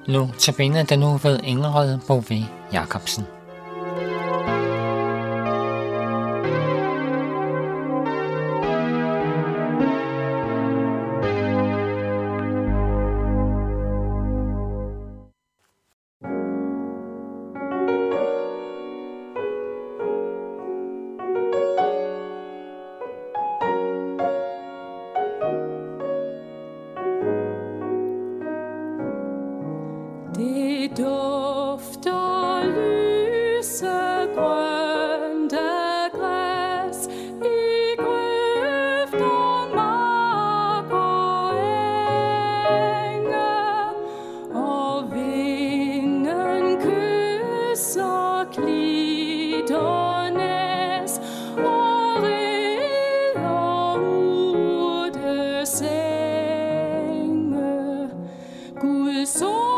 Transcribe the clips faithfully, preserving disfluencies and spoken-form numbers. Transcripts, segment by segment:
Nu tabiner den nu ved Ingrid Bove Jacobsen. Det dufter lysegrønt af græs i grøfter, mark og enge, og vinden kysser klit og næs og rider urtesenge. Guds sol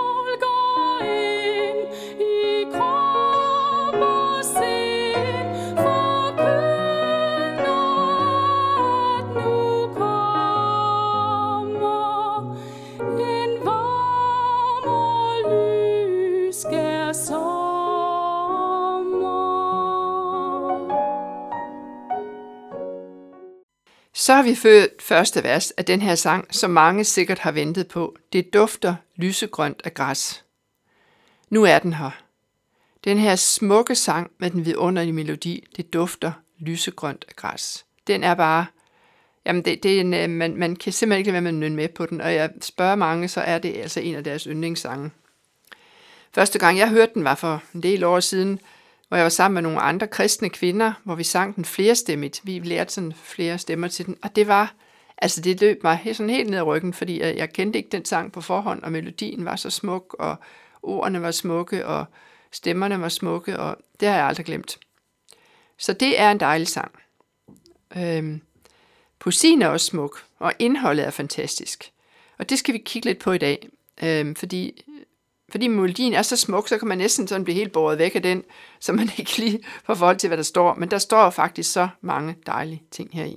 Så har vi født første vers af den her sang, som mange sikkert har ventet på. Det dufter lysegrønt af græs. Nu er den her. Den her smukke sang med den vidunderlige melodi, det dufter lysegrønt af græs. Den er bare, jamen det, det er en, man, man kan simpelthen ikke lade være med at nynne med på den, og jeg spørger mange, så er det altså en af deres yndlingssange. Første gang jeg hørte den var for en del år siden, hvor jeg var sammen med nogle andre kristne kvinder, hvor vi sang den flerstemmigt. Vi lærte sådan flere stemmer til den, og det var, altså det løb mig sådan helt ned ad ryggen, fordi jeg, jeg kendte ikke den sang på forhånd, og melodien var så smuk, og ordene var smukke, og stemmerne var smukke, og det har jeg aldrig glemt. Så det er en dejlig sang. Øhm, poesien er også smuk, og indholdet er fantastisk. Og det skal vi kigge lidt på i dag, øhm, fordi... Fordi melodien er så smuk, så kan man næsten sådan blive helt båret væk af den, så man ikke lige får forhold til, hvad der står. Men der står faktisk så mange dejlige ting heri.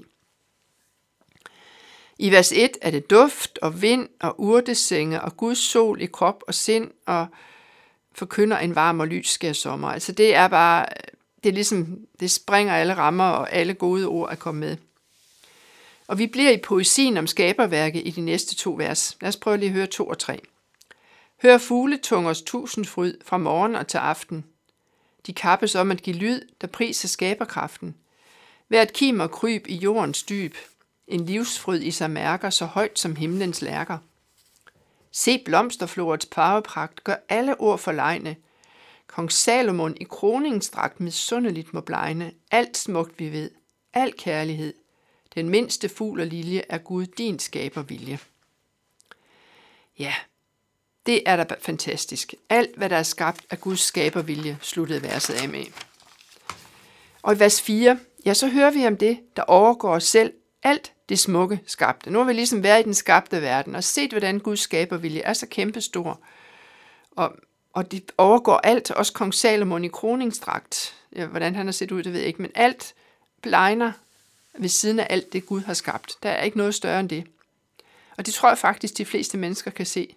I vers et er det duft og vind og urtesenge og Guds sol i krop og sind og forkynder en varm og lys skærsommer. Altså det er bare, det er ligesom, det springer alle rammer og alle gode ord er kommet med. Og vi bliver i poesien om skaberværket i de næste to vers. Lad os prøve lige at høre to og tre. Hør fugletungers tusindfryd fra morgen og til aften. De kappes om at give lyd, der priser skaberkraften. Hvert kim og kryb i jordens dyb. En livsfryd i sig mærker, så højt som himlens lærker. Se blomsterflorets farvepragt, gør alle ord forlegne. Kong Salomon i kroningsdragt misundeligt må blegne. Alt smukt vi ved, al kærlighed. Den mindste fugl og lilje er Gud din skabervilje. Ja, det er da fantastisk. Alt, hvad der er skabt af Guds skabervilje, sluttede verset af med. Og i vers fire, ja, så hører vi om det, der overgår os selv, alt det smukke skabte. Nu har vi ligesom været i den skabte verden, og set, hvordan Guds skabervilje er så kæmpestor. Og, og det overgår alt, også kong Salomon i kroningsdragt. Ja, hvordan han har set ud, det ved jeg ikke, men alt blegner ved siden af alt det, Gud har skabt. Der er ikke noget større end det. Og det tror jeg faktisk, de fleste mennesker kan se.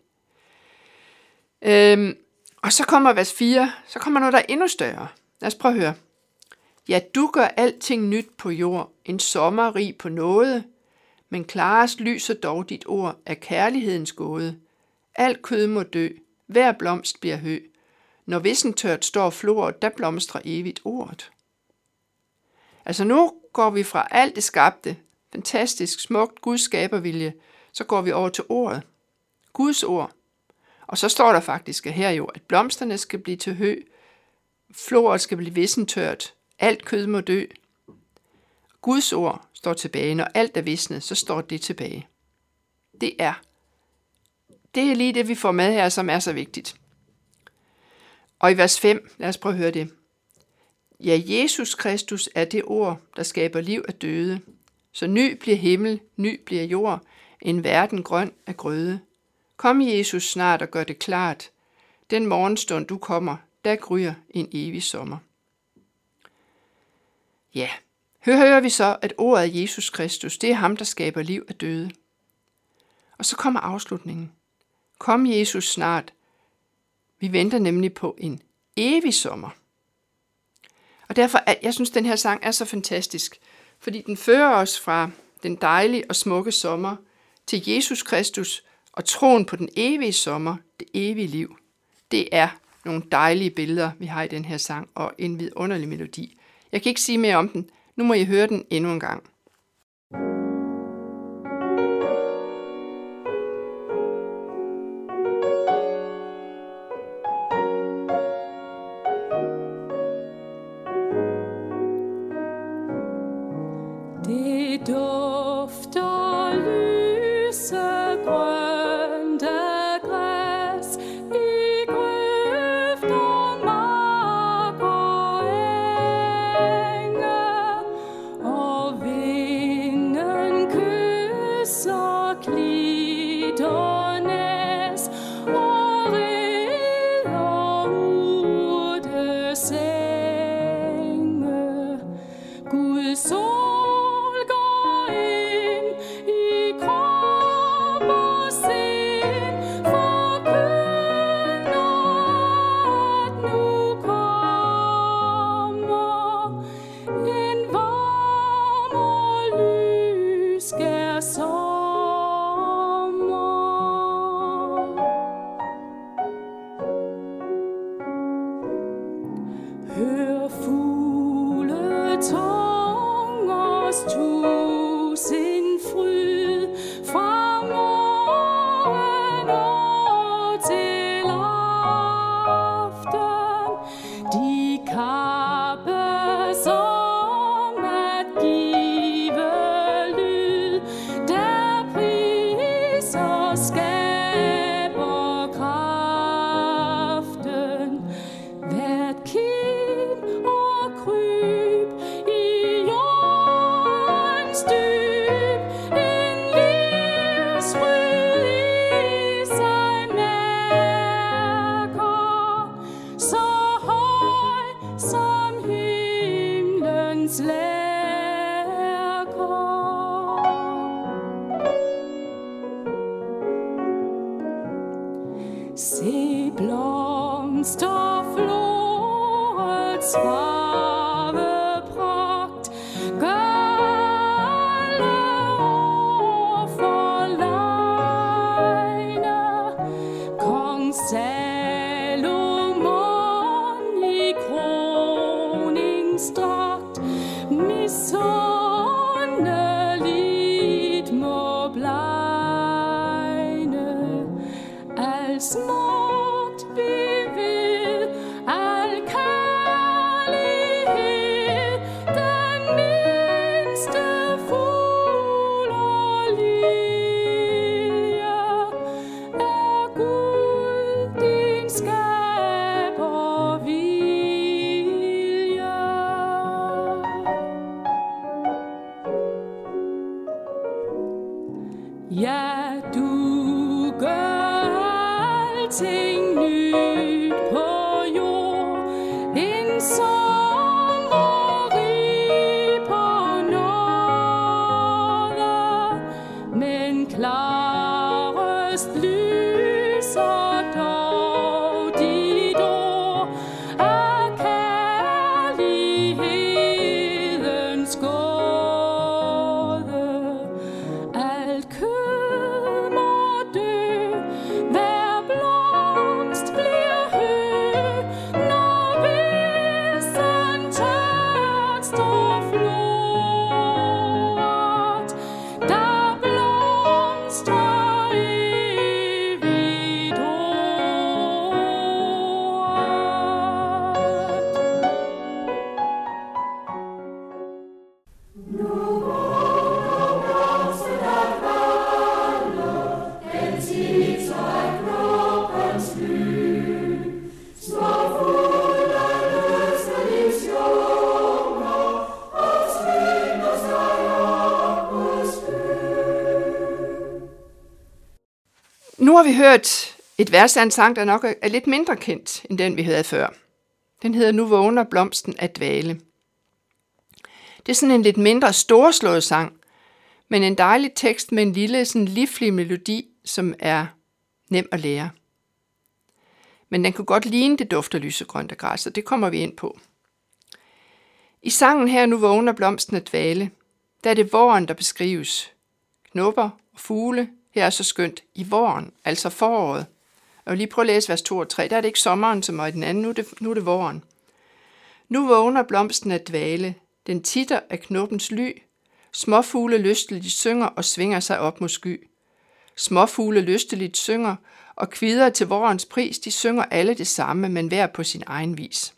Øhm, og så kommer vers fire, så kommer noget, der er endnu større. Lad os prøve at høre. Ja, du gør alting nyt på jord, en sommer rig på nåde, men klarest lyser dog dit ord af kærlighedens gåde. Alt kød må dø, hver blomst bliver hø. Når vissentørt står floret, der blomstrer evigt ordet. Altså nu går vi fra alt det skabte, fantastisk, smukt, Guds skabervilje, så går vi over til ordet. Guds ord. Og så står der faktisk her jo, at blomsterne skal blive til hø, floret skal blive vissentørt, alt kød må dø. Guds ord står tilbage, når alt er visnet, så står det tilbage. Det er, det er lige det, vi får med her, som er så vigtigt. Og i vers fem, lad os prøve at høre det. Ja, Jesus Kristus er det ord, der skaber liv af døde. Så ny bliver himmel, ny bliver jord, en verden grøn af grøde. Kom Jesus snart og gør det klart. Den morgenstund du kommer, der gryer en evig sommer. Ja, her hører vi så, at ordet af Jesus Kristus, det er ham, der skaber liv af døde. Og så kommer afslutningen. Kom Jesus snart Vi venter nemlig på en evig sommer. Og derfor, at jeg synes, den her sang er så fantastisk, fordi den fører os fra den dejlige og smukke sommer til Jesus Kristus og troen på den evige sommer, det evige liv. Det er nogle dejlige billeder, vi har i den her sang, og en vidunderlig melodi. Jeg kan ikke sige mere om den. Nu må I høre den endnu en gang. Det dufter lysegrønt af græs i grøfter, mark og enge, og vinden kysser klit og næs og rider urtesenge. Guds sol hør fugletungers tusind fryd fra morgen og til aften. De kappes om at give lyd, der priser skaber kraften. Hvert kim og kryb i jordens dyb, en livsfryd i sig mærker, så høj som himlens lærker. Se blomsterflorets farvepragt, gør alle år forlegne. Kong Salomon i kroningsdragt misundeligt må blegne. Al smukt vi ved, al kærlighed, den mindste fugl og lilje, er Gud din skaber vilje. Ja, du gør alting nyt på jord, en sommerrig på nåde, men klarest lyser dog dit ord af kærlighedens gåde. Alt kød må dø, hver blomst bliver hø, når vissen tørt står floret, der blomstrer evigt Nu har vi hørt et vers af en sang, der nok er lidt mindre kendt end den, vi havde før. Den hedder Nu vågner blomsten at dvale. Det er sådan en lidt mindre storslået sang, men en dejlig tekst med en lille, sådan livlig melodi, som er nem at lære. Men den kunne godt ligne, det dufter lysegrønt af græs, og det kommer vi ind på. I sangen her, Nu vågner blomsten at dvale, der er det våren, der beskrives. Knopper og fugle, her er så skønt i våren, altså foråret. Jeg vil lige prøve at læse vers to og tre. Der er det ikke sommeren, som er i den anden, nu er det, nu er det våren. Nu vågner blomsten at dvale, den titter af knoppens ly. Småfugle lysteligt synger og svinger sig op mod sky. Småfugle lysteligt synger og kvider til vårens pris, de synger alle det samme, men hver på sin egen vis.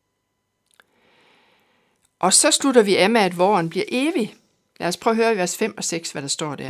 Og så slutter vi af med, at våren bliver evig. Lad os prøve at høre i vers fem og seks, hvad der står der.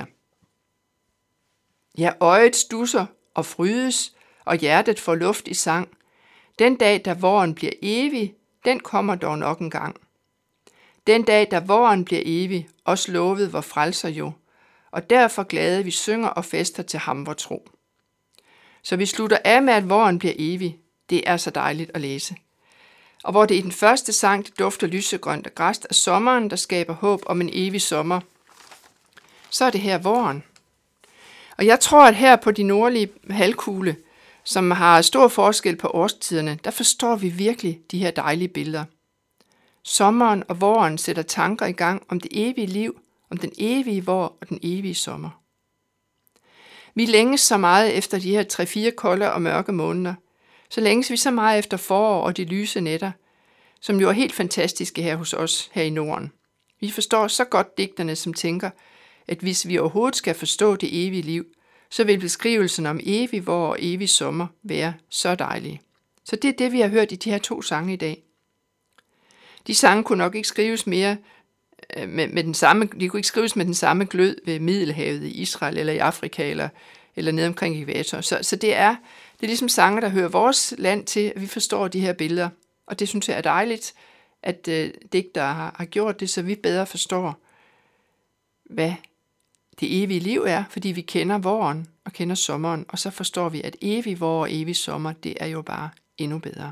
Ja, øjet stusser og frydes, og hjertet får luft i sang. Den dag, da våren bliver evig, den kommer dog nok en gang. Den dag, da våren bliver evig, os lovet vor frelser jo, og derfor glade vi synger og fester til ham vor tro. Så vi slutter af med, at våren bliver evig. Det er så dejligt at læse. Og hvor det i den første sang det dufter lysegrønt og græs af sommeren, der skaber håb om en evig sommer, så er det her våren. Og jeg tror, at her på de nordlige halvkugle, som har stor forskel på årstiderne, der forstår vi virkelig de her dejlige billeder. Sommeren og våren sætter tanker i gang om det evige liv, om den evige vår og den evige sommer. Vi længes så meget efter de her tre-fire kolde og mørke måneder. Så længes vi så meget efter forår og de lyse nætter, som jo er helt fantastiske her hos os her i Norden. Vi forstår så godt digterne, som tænker, at hvis vi overhovedet skal forstå det evige liv, så vil beskrivelsen om evig vår og evig sommer være så dejlige. Så det er det, vi har hørt i de her to sange i dag. De sange kunne nok ikke skrives mere med, med den samme, de kunne ikke skrives med den samme glød ved Middelhavet i Israel eller i Afrika eller, eller nede omkring ekvator. Så, så det er det er ligesom sange, der hører vores land til, at vi forstår de her billeder. Og det synes jeg er dejligt, at øh, digtere har, har gjort det, så vi bedre forstår, hvad det evige liv er, fordi vi kender våren og kender sommeren, og så forstår vi, at evig vår og evig sommer, det er jo bare endnu bedre.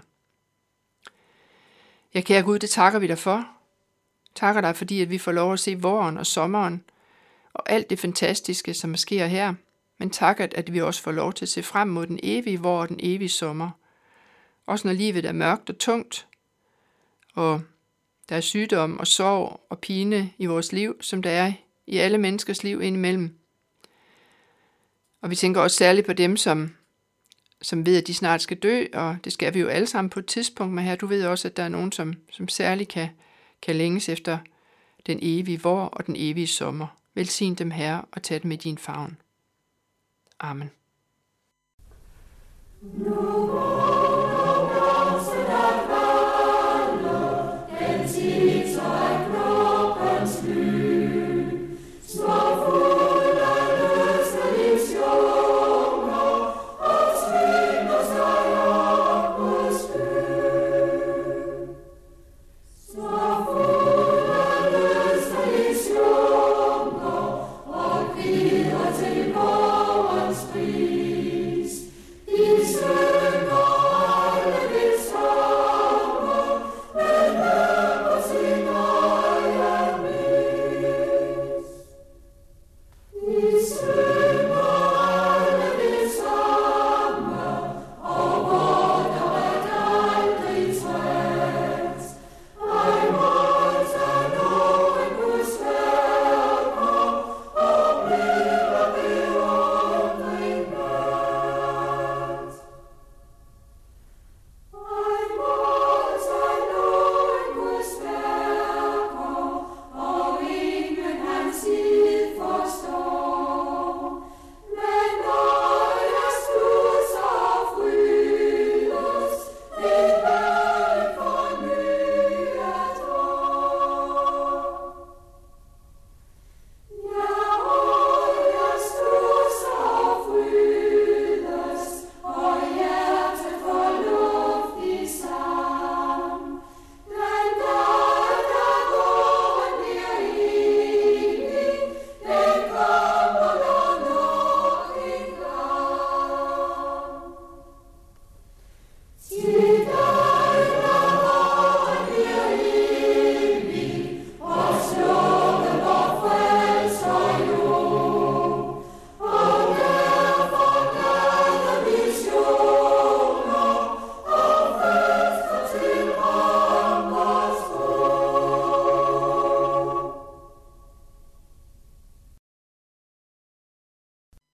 Ja, kære Gud, det takker vi dig for. Takker dig, fordi at vi får lov at se våren og sommeren, og alt det fantastiske, som sker her. Men tak, at vi også får lov til at se frem mod den evige vår og den evige sommer. Også når livet er mørkt og tungt, og der er sygdom og sorg og pine i vores liv, som der er i alle menneskers liv indimellem. Og vi tænker også særligt på dem, som, som ved, at de snart skal dø, og det skal vi jo alle sammen på et tidspunkt. Men her, du ved også, at der er nogen, som, som særligt kan, kan længes efter den evige vår og den evige sommer. Velsign dem, Herre, og tag dem i din favn. Amen. Nu vågner blomsten at falde, den tid